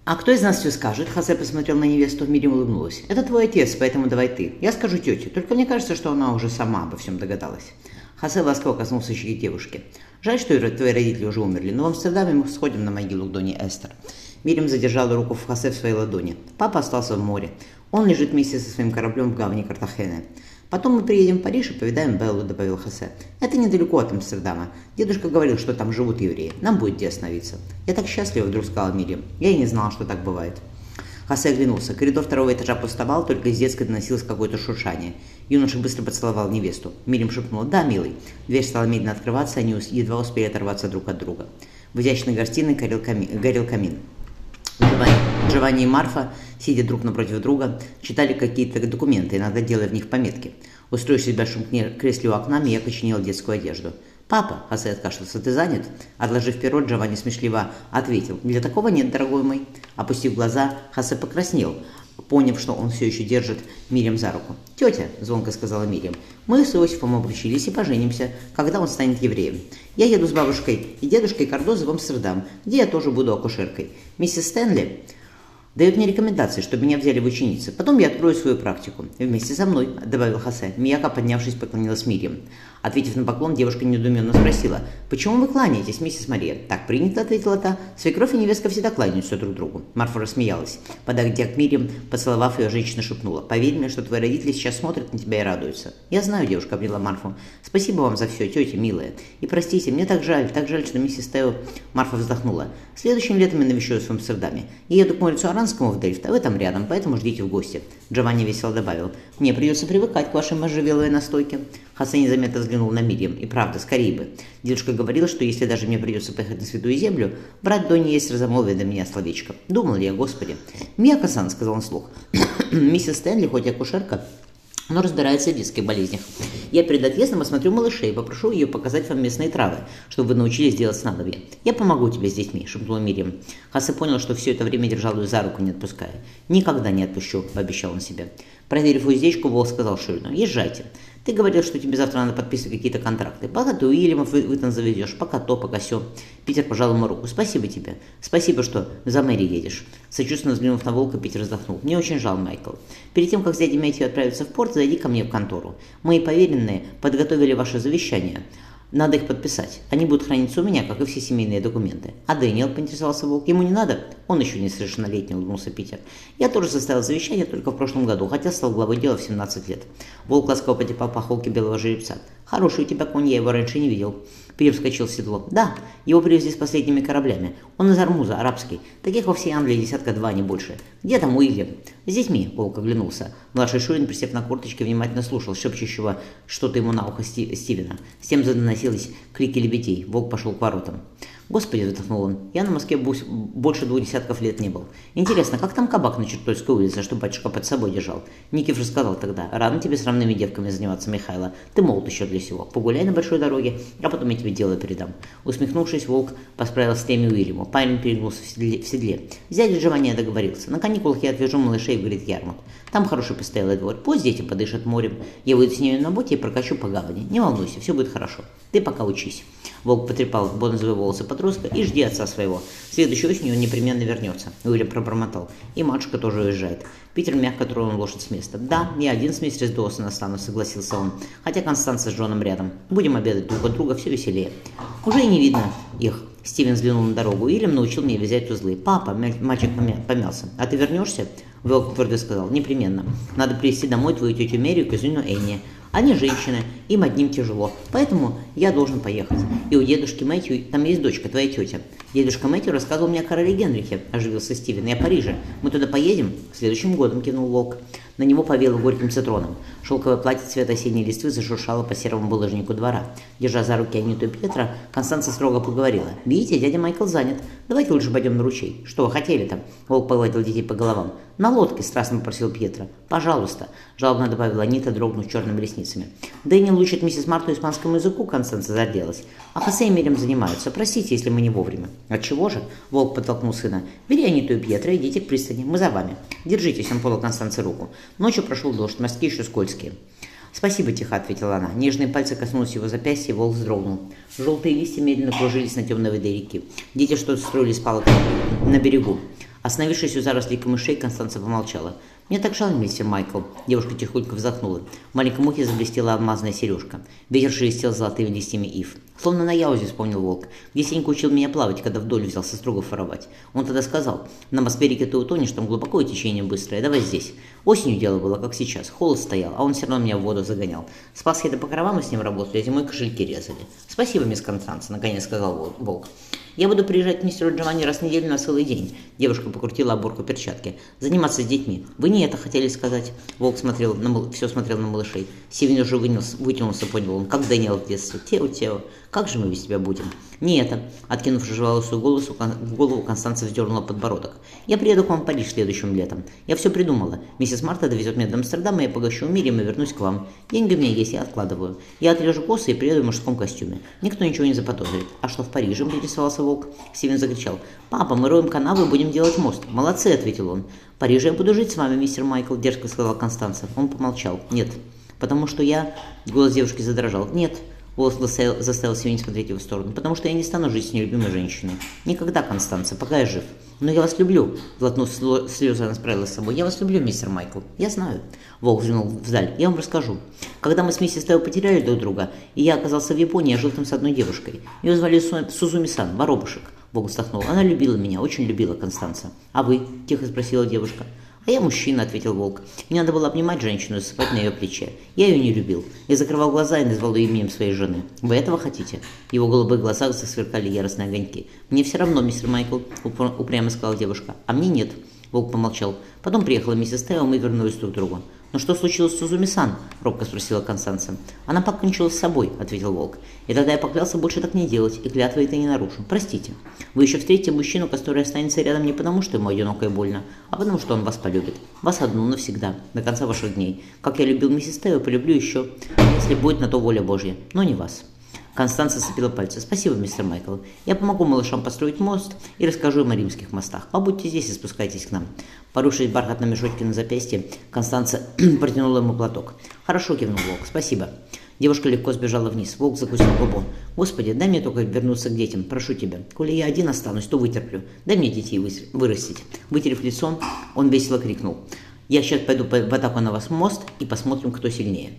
«А кто из нас все скажет?» Хосе посмотрел на невесту, Мирим улыбнулась. «Это твой отец, поэтому давай ты. Я скажу тете, только мне кажется, что она уже сама обо всем догадалась». Хосе ласково коснулся щеки девушки. «Жаль, что твои родители уже умерли, но в Амстердаме мы сходим на могилу к Доне Эстер». Мирим задержала руку в Хосе в своей ладони. «Папа остался в море. Он лежит вместе со своим кораблем в гавани Картахены. Потом мы приедем в Париж и повидаем Беллу», — добавил Хосе. «Это недалеко от Амстердама. Дедушка говорил, что там живут евреи. Нам будет где остановиться». «Я так счастлива», — вдруг сказала Мирим. «Я и не знала, что так бывает». Хосе оглянулся. Коридор второго этажа пустовал, только из детской доносилось какое-то шуршание. Юноша быстро поцеловал невесту. Мирим шепнула: «Да, милый». Дверь стала медленно открываться, они едва успели оторваться друг от друга. В изящной гостиной горел камин. Джованни и Марфа, сидя друг напротив друга, читали какие-то документы, иногда делая в них пометки. Устроившись в большом кресле у окна, Мия починила детскую одежду. «Папа», — Хосе откашлялся, — «ты занят?» Отложив перо, Джованни смешливо ответил: «Для такого нет, дорогой мой». Опустив глаза, Хосе покраснел, поняв, что он все еще держит Мирим за руку. «Тетя», — звонко сказала Мирим, — «мы с Иосифом обручились и поженимся, когда он станет евреем. Я еду с бабушкой и дедушкой Кардозо в Амстердам, где я тоже буду акушеркой. Миссис Стэнли дает мне рекомендации, чтобы меня взяли в ученицы. Потом я открою свою практику. Вместе со мной», — добавил Хосе. Мияка, поднявшись, поклонилась Мирим. Ответив на поклон, девушка недоуменно спросила: «Почему вы кланяетесь, миссис Мария?» «Так принято», — ответила та. «Свекровь и невестка всегда кланяются друг другу». Марфа рассмеялась. Подойдя к Мирим, поцеловав ее, женщина шепнула: «Поверь мне, что твои родители сейчас смотрят на тебя и радуются». «Я знаю», — девушка обняла Марфу. «Спасибо вам за все, тетя милая. И простите, мне так жаль, что миссис Тео...» Марфа вздохнула. «Следующим летом я навещаюсь в Амстердаме. Я еду к морю Аранскому в Дельфт, а вы там рядом, поэтому ждите в гости». Джованни весело добавил: «Мне придется привыкать к вашей можжевеловой настойке». Хосе незаметно взглянул на Мирим. И правда, скорее бы. Дедушка говорил, что если даже мне придется поехать на Святую Землю, брат Донни есть разомолвие для меня словечко. Думал ли я, Господи? «Мияко-сан», — сказал он вслух, — «миссис Стэнли, хоть и акушерка, но разбирается в детских болезнях. Я перед отъездом осмотрю малышей и попрошу ее показать вам местные травы, чтобы вы научились делать снадобья. Я помогу тебе с детьми», — шепнула Мирим. Хосе понял, что все это время держал ее за руку, не отпуская. «Никогда не отпущу», — пообещал он себе. Проверив уздечку, Волк сказал Ширину: «Езжайте. Ты говорил, что тебе завтра надо подписывать какие-то контракты. Пока ты Уильяма в Итон заведешь, пока то, пока сё». Питер пожал ему руку. «Спасибо тебе. Спасибо, что за Мэри едешь». Сочувственно взглянув на Волка, Питер вздохнул. «Мне очень жаль, Майкл. Перед тем, как с дядей Мэтью отправиться в порт, зайди ко мне в контору. Мои поверенные подготовили ваше завещание. Надо их подписать. Они будут храниться у меня, как и все семейные документы». «А Дэниел?» — поинтересовался Волк. «Ему не надо?» «Он еще несовершеннолетний», — улыбнулся Питер. «Я тоже составил завещание только в прошлом году, хотя стал главой дела в 17 лет». Волк ласково потепал по холке белого жеребца. «Хороший у тебя конь, я его раньше не видел». Питер вскочил в седло. «Да, его привезли с последними кораблями. Он из Армуза, арабский. Таких во всей Англии 10-2, не больше. Где там Уильям?» «С детьми», — Волк оглянулся. Младший Шурин, присев на корточки, внимательно слушал шепчущего что-то ему на ухо Стивена. С тем доносились крики лебедей. Волк пошел к воротам. «Господи», — вздохнул он, — «я на Москве больше 2 десятков лет не был. Интересно, как там кабак на Чертольской улице, что батюшка под собой держал?» Никифор сказал тогда: «Рано тебе с равными девками заниматься, Михайло. Ты молод еще для всего. Погуляй на большой дороге, а потом я тебе дело передам». Усмехнувшись, Волк посправил стремя Уильяму. Парень перегнулся в седле. Взять Джованни договорился. «На каникулах я отвяжу малышей в Грит-Ярмут. Там хороший постоялый двор. Пусть дети подышат морем. Я выйду с ними на боте и прокачу по гавани. Не волнуйся, все будет хорошо. Ты пока учись». Волк потрепал бронзовые волосы подростка: «И жди отца своего. Следующей осенью он непременно вернется». Уильям пробормотал: «И матушка тоже уезжает». Питер мягко тронул лошадь с места. «Да, я один с миссис Доусон останусь», — согласился он, хотя Констанция с Джоном рядом. «Будем обедать друг от друга, все веселее». «Уже и не видно их». Стивен взглянул на дорогу. «Уильям научил меня вязать узлы». «Папа», — мальчик помялся, — «а ты вернешься?» Волк твердо сказал: «Непременно. Надо привезти домой твою тетю Мэри и кузину Энни. Они женщины, им одним тяжело, поэтому я должен поехать. И у дедушки Мэтью там есть дочка, твоя тетя». «Дедушка Мэтью рассказывал мне о короле Генрихе», — оживился Стивен, — «и о Париже. Мы туда поедем?» «Следующим годом», — кивнул Волк. На него повеяло горьким цитроном. Шелковое платье цвета осенней листвы зашуршало по серому булыжнику двора. Держа за руки Аниту и Петра, Констанция строго поговорила: «Видите, дядя Майкл занят. Давайте лучше пойдем на ручей». «Что вы хотели там?» Волк погладил детей по головам. «На лодке», — страстно попросил Петра. «Пожалуйста», — жалобно добавила Анита, дрогнув черными ресницами. «Дэниел учит миссис Марту испанскому языку», — Констанция зарделась. «А Хосе и Мирим занимаются. Простите, если мы не вовремя». «Отчего же?» — Волк подтолкнул сына. «Бери Аниту и Петра, идите к пристани. Мы за вами. Держитесь», — он подал Констанции руку. Ночью прошел дождь, морские еще скользкие. «Спасибо», — тихо ответила она. Нежные пальцы коснулись его запястья, и Волк вздрогнул. Желтые листья медленно кружились на темной воде реки. Дети что-то строили с палок на берегу. Остановившись у зарослей камышей, Констанция помолчала. «Мне так жаль, мистер Майкл». Девушка тихонько вздохнула. В маленьком ухе заблестела алмазная сережка. Ветер шелестел золотыми листьями ив. «Словно на Яузе», — вспомнил волк, где Сенька учил меня плавать, когда вдоль взялся строго воровать. Он тогда сказал: «На Мосперике ты утонешь, там глубоко и течение быстрое, давай здесь». Осенью дело было, как сейчас. Холод стоял, а он все равно меня в воду загонял. Спас я до покрова, мы с ним работали, а зимой кошельки резали. «Спасибо, мисс Констанция», — наконец сказал волк. «Я буду приезжать к мистеру Джованни раз в неделю на целый день». Девушка покрутила оборку перчатки. «Заниматься с детьми. Вы не это хотели сказать?» Волк смотрел на малышей. Сивень уже вытянулся, понял он, как Дэниел в детстве. «Тео, как же мы без тебя будем?» «Не это». Откинув рыжеволосую голову, Констанция вздернула подбородок. «Я приеду к вам в Париж следующим летом. Я все придумала. Миссис Марта довезет меня до Амстердама, я погощу Мириам и вернусь к вам. Деньги у меня есть, я откладываю. Я отрежу косы и приеду в мужском костюме. Никто ничего не заподозрит». «А что в Париже?» — интересовался волк. Сивен закричал: «Папа, мы роем канаву и будем делать мост». «Молодцы», — ответил он. «В Париже я буду жить с вами, мистер Майкл», — дерзко сказала Констанция. Он помолчал. «Нет, потому что я...» Голос девушки задрожал. «Нет». Волос заставил Сивень смотреть в его сторону. «Потому что я не стану жить с нелюбимой женщиной. Никогда, Констанция, пока я жив». «Но я вас люблю», — глотнув слезы, она справилась с собой. «Я вас люблю, мистер Майкл». «Я знаю». Волк взглянул вдаль. «Я вам расскажу. Когда мы с миссис Тео потеряли друг друга, и я оказался в Японии, я жил там с одной девушкой. Ее звали Сузуми-сан, воробушек». Волк вздохнул. «Она любила меня, очень любила, Констанция». «А вы?» — тихо спросила девушка. «А я мужчина», — ответил волк. «Мне надо было обнимать женщину и спать на ее плече. Я ее не любил. Я закрывал глаза и назвал ее именем своей жены. Вы этого хотите?» В его голубых глазах засверкали яростные огоньки. «Мне все равно, мистер Майкл», — упрямо сказала девушка. «А мне нет». Волк помолчал. «Потом приехала миссис Тео, мы вернулись друг к другу». «Но что случилось с Сузуми-сан?» — робко спросила Констанция. «Она покончила с собой», — ответил волк. «И тогда я поклялся больше так не делать, и клятвы это не нарушу. Простите. Вы еще встретите мужчину, который останется рядом не потому, что ему одиноко и больно, а потому, что он вас полюбит. Вас одну навсегда, до конца ваших дней. Как я любил миссис Тео, полюблю еще, если будет на то воля Божья. Но не вас». Констанция сцепила пальцы. «Спасибо, мистер Майкл. Я помогу малышам построить мост и расскажу им о римских мостах. Побудьте здесь и спускайтесь к нам». Порывшись бархатной мешочки на запястье, Констанция протянула ему платок. «Хорошо», — кивнул волк. «Спасибо». Девушка легко сбежала вниз. Волк закусил губу. «Господи, дай мне только вернуться к детям. Прошу тебя. Коли я один останусь, то вытерплю. Дай мне детей вырастить». Вытерев лицо, он весело крикнул: «Я сейчас пойду в атаку на вас мост и посмотрим, кто сильнее».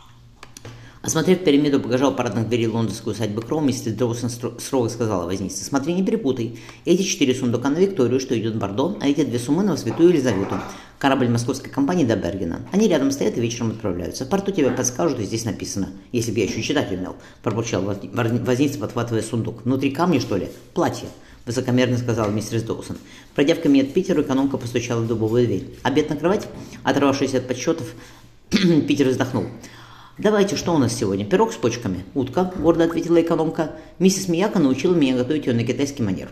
Осмотрев пирамиду багажа у парадных дверей лондонской усадьбы Кроу, миссис Доусон строго сказала вознице: «Смотри, не перепутай. Эти 4 сундука на Викторию, что идет в Бордо, а эти 2 суммы на Святую Елизавету. Корабль московской компании до Бергена. Они рядом стоят и вечером отправляются. В порту тебе подскажут, и здесь написано. Если бы я еще читать умел», — пробурчал возница, подхватывая сундук. «Внутри камни, что ли? Платье», — высокомерно сказала миссис Доусон. Пройдя в кабинет Питеру, экономка постучала в дубовую дверь. «Обед накрывать?» Оторвавшись от подсчетов, Питер вздохнул. «Давайте, что у нас сегодня? Пирог с почками?» «Утка», — гордо ответила экономка. «Миссис Мияка научила меня готовить ее на китайский манер».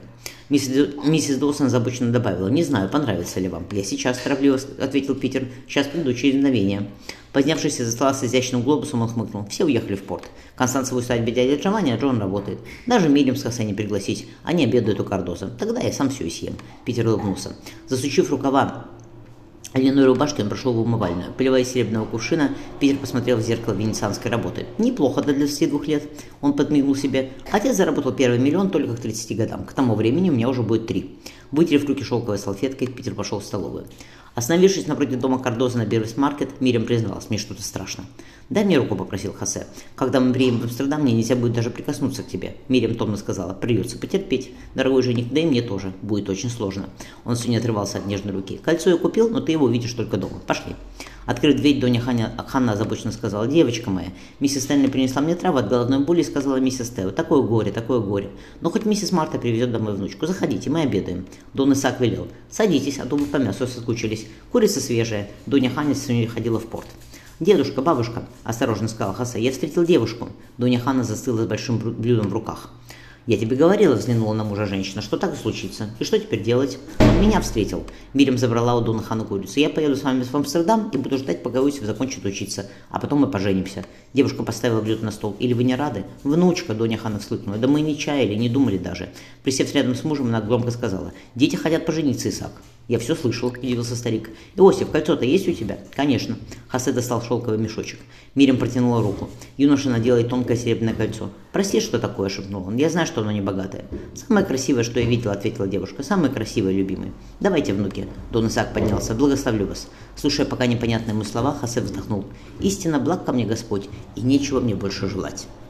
Миссис Доусон озабоченно добавила: «Не знаю, понравится ли вам». «Я сейчас», — торопливо ответил Питер. «Сейчас приду, через мгновение». Поднявшись из-за стола с изящным глобусом, он хмыкнул. Все уехали в порт. Констанция в усадьбе дяди Джованни, а Джон работает. Даже Мириам с Хосе не пригласить. Они обедают у Кардоза. Тогда я сам все и съем. Питер улыбнулся. Засучив рукава льняной рубашкой, он прошел в умывальную. Поливая серебряного кувшина, Питер посмотрел в зеркало венецианской работы. «Неплохо для 22 лет», — он подмигнул себе. «Отец заработал первый миллион только к 30 годам. К тому времени у меня уже будет 3. Вытерев руки шелковой салфеткой, Питер пошел в столовую. Остановившись напротив дома Кардоза на Бервис-маркет, Мириам призналась: «Мне что-то страшно». «Дай мне руку», — попросил Хосе. «Когда мы приедем в Амстердам, мне нельзя будет даже прикоснуться к тебе». Мириам томно сказала: «Придется потерпеть, дорогой жених, да и мне тоже. Будет очень сложно». Он все не отрывался от нежной руки. «Кольцо я купил, но ты его увидишь только дома. Пошли». Открыв дверь, Доня Ханна озабоченно сказала: «Девочка моя, миссис Стэнли принесла мне траву от головной боли и сказала миссис Тео: такое горе, такое горе. Но хоть миссис Марта привезет домой внучку. Заходите, мы обедаем». Дон Исаак велел: «Садитесь, а то вы по мясу соскучились. Курица свежая». Доня Ханна сегодня ходила в порт. «Дедушка, бабушка», — осторожно сказал Хосе, — «я встретил девушку». Доня Ханна застыла с большим блюдом в руках. «Я тебе говорила», — взглянула на мужа женщина, — «что так и случится. И что теперь делать?» «Он меня встретил». Мириам забрала у Дона Хана курицу. «Я поеду с вами в Амстердам и буду ждать, пока Иосиф закончит учиться, а потом мы поженимся». Девушка поставила блюдо на стол. «Или вы не рады?» «Внучка», — Доня Хана вслыкнула. «Да мы не чаяли, не думали даже». Присев рядом с мужем, она громко сказала: «Дети хотят пожениться, Исаак». «Я все слышал», — удивился старик. «Иосиф, кольцо-то есть у тебя?» «Конечно». Хосе достал шелковый мешочек. Мириам протянула руку. Юноша надела ей тонкое серебряное кольцо. «Прости, что такое», — шепнул он. «Я знаю, что что оно не богатое. Самое красивое, что я видела, ответила девушка. Самое красивое, любимый. Давайте, внуки. Дон Исаак поднялся. Благословлю вас. Слушая пока непонятные ему слова, Хосе вздохнул. Истинно благ ко мне Господь, и нечего мне больше желать.